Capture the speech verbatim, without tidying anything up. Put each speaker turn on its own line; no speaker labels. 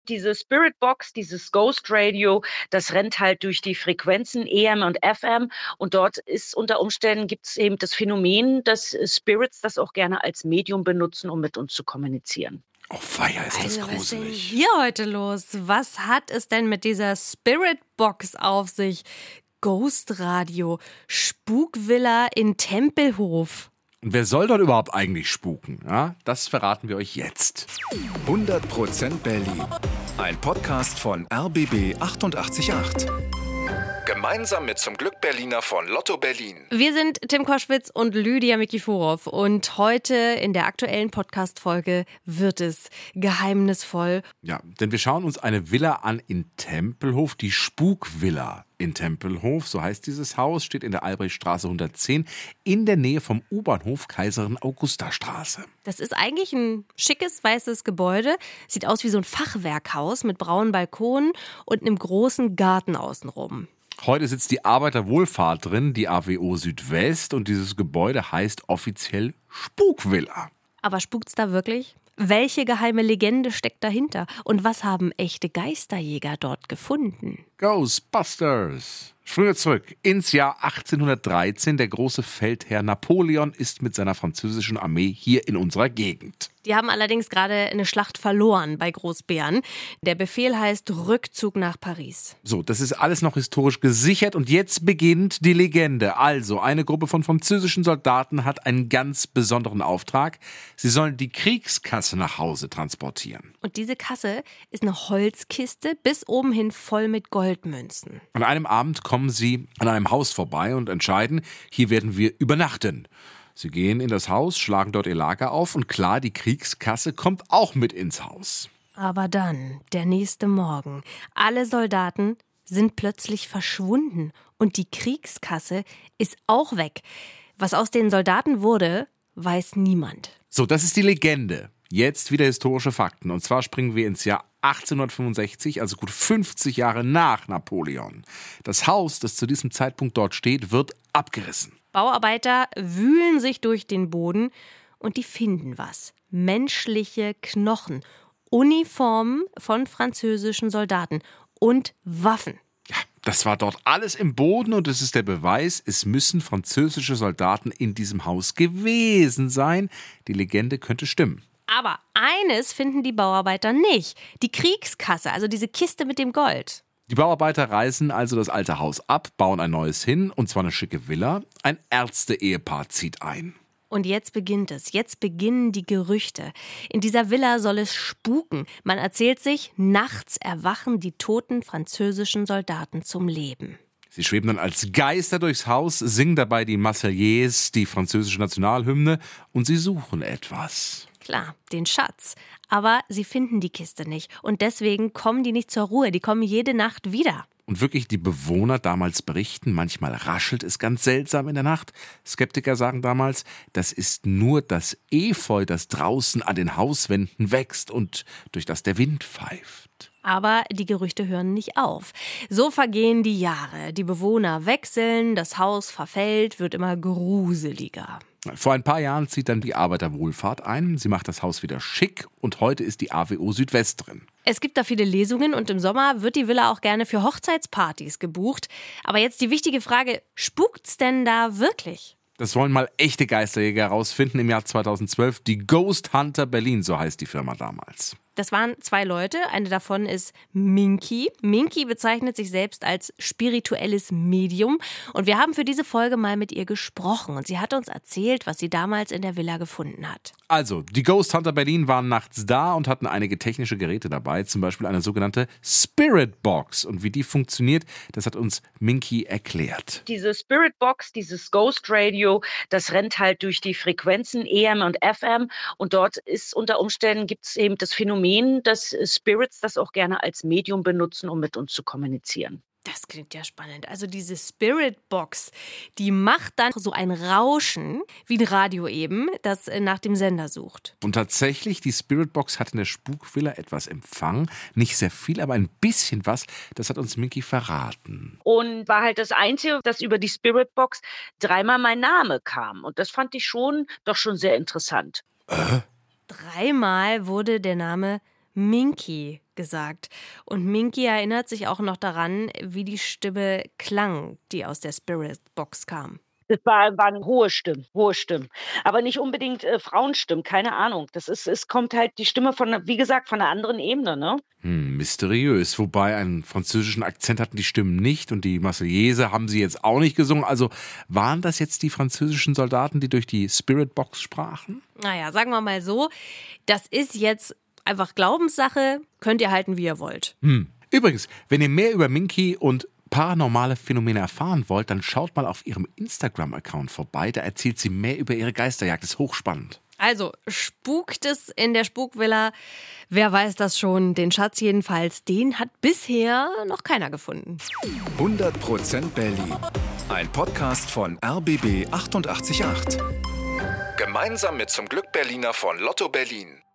Diese Spiritbox, dieses Ghost Radio, das rennt halt durch die Frequenzen E M und F M und dort ist unter Umständen gibt's eben das Phänomen, dass Spirits das auch gerne als Medium benutzen, um mit uns zu kommunizieren.
Oh weia, ist das
Also, was ist denn
gruselig.
hier heute los? Was hat es denn mit dieser Spiritbox auf sich? Ghost Radio, Spukvilla in Tempelhof.
Und wer soll dort überhaupt eigentlich spuken? Ja, das verraten wir euch jetzt.
hundert Prozent Berlin. Ein Podcast von R B B achtundachtzig Komma acht. Gemeinsam mit Zum Glück Berliner von Lotto Berlin.
Wir sind Tim Koschwitz und Lydia Mikiforov und heute in der aktuellen Podcast-Folge wird es geheimnisvoll.
Ja, denn wir schauen uns eine Villa an in Tempelhof, die Spukvilla in Tempelhof, so heißt dieses Haus, steht in der Albrechtstraße hundertzehn in der Nähe vom U-Bahnhof Kaiserin Augusta Straße.
Das ist eigentlich ein schickes, weißes Gebäude. Sieht aus wie so ein Fachwerkhaus mit braunen Balkonen und einem großen Garten außenrum.
Heute sitzt die Arbeiterwohlfahrt drin, die A W O Südwest, und dieses Gebäude heißt offiziell Spukvilla.
Aber spukt's da wirklich? Welche geheime Legende steckt dahinter? Und was haben echte Geisterjäger dort gefunden?
Ghostbusters. Früher zurück, ins Jahr achtzehnhundertdreizehn. Der große Feldherr Napoleon ist mit seiner französischen Armee hier in unserer Gegend.
Die haben allerdings gerade eine Schlacht verloren bei Großbären. Der Befehl heißt Rückzug nach Paris.
So, das ist alles noch historisch gesichert und jetzt beginnt die Legende. Also, eine Gruppe von französischen Soldaten hat einen ganz besonderen Auftrag. Sie sollen die Kriegskasse nach Hause transportieren.
Und diese Kasse ist eine Holzkiste bis oben hin voll mit Goldmünzen.
An einem Abend kommen sie an einem Haus vorbei und entscheiden, hier werden wir übernachten. Sie gehen in das Haus, schlagen dort ihr Lager auf und klar, die Kriegskasse kommt auch mit ins Haus.
Aber dann, der nächste Morgen, alle Soldaten sind plötzlich verschwunden und die Kriegskasse ist auch weg. Was aus den Soldaten wurde, weiß niemand.
So, das ist die Legende. Jetzt wieder historische Fakten. Und zwar springen wir ins Jahr achtzehnhundertfünfundsechzig, also gut fünfzig Jahre nach Napoleon. Das Haus, das zu diesem Zeitpunkt dort steht, wird abgerissen.
Bauarbeiter wühlen sich durch den Boden und die finden was. Menschliche Knochen, Uniformen von französischen Soldaten und Waffen.
Ja, das war dort alles im Boden und es ist der Beweis, es müssen französische Soldaten in diesem Haus gewesen sein. Die Legende könnte stimmen.
Aber eines finden die Bauarbeiter nicht. Die Kriegskasse, also diese Kiste mit dem Gold.
Die Bauarbeiter reißen also das alte Haus ab, bauen ein neues hin, und zwar eine schicke Villa. Ein Ärzte-Ehepaar zieht ein.
Und jetzt beginnt es. Jetzt beginnen die Gerüchte. In dieser Villa soll es spuken. Man erzählt sich, nachts erwachen die toten französischen Soldaten zum Leben.
Sie schweben dann als Geister durchs Haus, singen dabei die Marseillaise, die französische Nationalhymne, und sie suchen etwas.
Klar, den Schatz. Aber sie finden die Kiste nicht. Und deswegen kommen die nicht zur Ruhe. Die kommen jede Nacht wieder.
Und wirklich, die Bewohner damals berichten, manchmal raschelt es ganz seltsam in der Nacht. Skeptiker sagen damals, das ist nur das Efeu, das draußen an den Hauswänden wächst und durch das der Wind pfeift.
Aber die Gerüchte hören nicht auf. So vergehen die Jahre. Die Bewohner wechseln, das Haus verfällt, wird immer gruseliger.
Vor ein paar Jahren zieht dann die Arbeiterwohlfahrt ein. Sie macht das Haus wieder schick und heute ist die A W O Südwest drin.
Es gibt da viele Lesungen und im Sommer wird die Villa auch gerne für Hochzeitspartys gebucht. Aber jetzt die wichtige Frage, spukt's denn da wirklich?
Das wollen mal echte Geisterjäger herausfinden im Jahr zweitausendzwölf. Die Ghost Hunter Berlin, so heißt die Firma damals.
Das waren zwei Leute, eine davon ist Minky. Minky bezeichnet sich selbst als spirituelles Medium und wir haben für diese Folge mal mit ihr gesprochen und sie hat uns erzählt, was sie damals in der Villa gefunden hat.
Also, die Ghost Hunter Berlin waren nachts da und hatten einige technische Geräte dabei, zum Beispiel eine sogenannte Spirit Box. Und wie die funktioniert, das hat uns Minky erklärt.
Diese Spirit Box, dieses Ghost Radio, das rennt halt durch die Frequenzen E M und F M und dort ist unter Umständen gibt es eben das Phänomen, dass Spirits das auch gerne als Medium benutzen, um mit uns zu kommunizieren.
Das klingt ja spannend. Also diese Spirit Box, die macht dann so ein Rauschen, wie ein Radio eben, das nach dem Sender sucht.
Und tatsächlich, die Spirit Box hat in der Spukvilla etwas empfangen. Nicht sehr viel, aber ein bisschen was. Das hat uns Minky verraten.
Und war halt das Einzige, dass über die Spirit Box dreimal mein Name kam. Und das fand ich schon, doch schon sehr interessant.
Äh?
Dreimal wurde der Name Minky gesagt. Und Minky erinnert sich auch noch daran, wie die Stimme klang, die aus der Spirit-Box kam.
Das war, waren hohe Stimmen, hohe Stimmen. Aber nicht unbedingt äh, Frauenstimmen, keine Ahnung. Das ist, es kommt halt die Stimme von, wie gesagt, von einer anderen Ebene, ne?
Hm, mysteriös. Wobei einen französischen Akzent hatten die Stimmen nicht und die Marseillaise haben sie jetzt auch nicht gesungen. Also waren das jetzt die französischen Soldaten, die durch die Spirit-Box sprachen?
Naja, sagen wir mal so, das ist jetzt einfach Glaubenssache, könnt ihr halten, wie ihr wollt.
Hm. Übrigens, wenn ihr mehr über Minky und paranormale Phänomene erfahren wollt, dann schaut mal auf ihrem Instagram-Account vorbei. Da erzählt sie mehr über ihre Geisterjagd. Das ist hochspannend.
Also, spukt es in der Spukvilla? Wer weiß das schon? Den Schatz jedenfalls, den hat bisher noch keiner gefunden.
hundert Prozent Berlin. Ein Podcast von R B B achtundachtzig Komma acht. Gemeinsam mit Zum Glück Berliner von Lotto Berlin.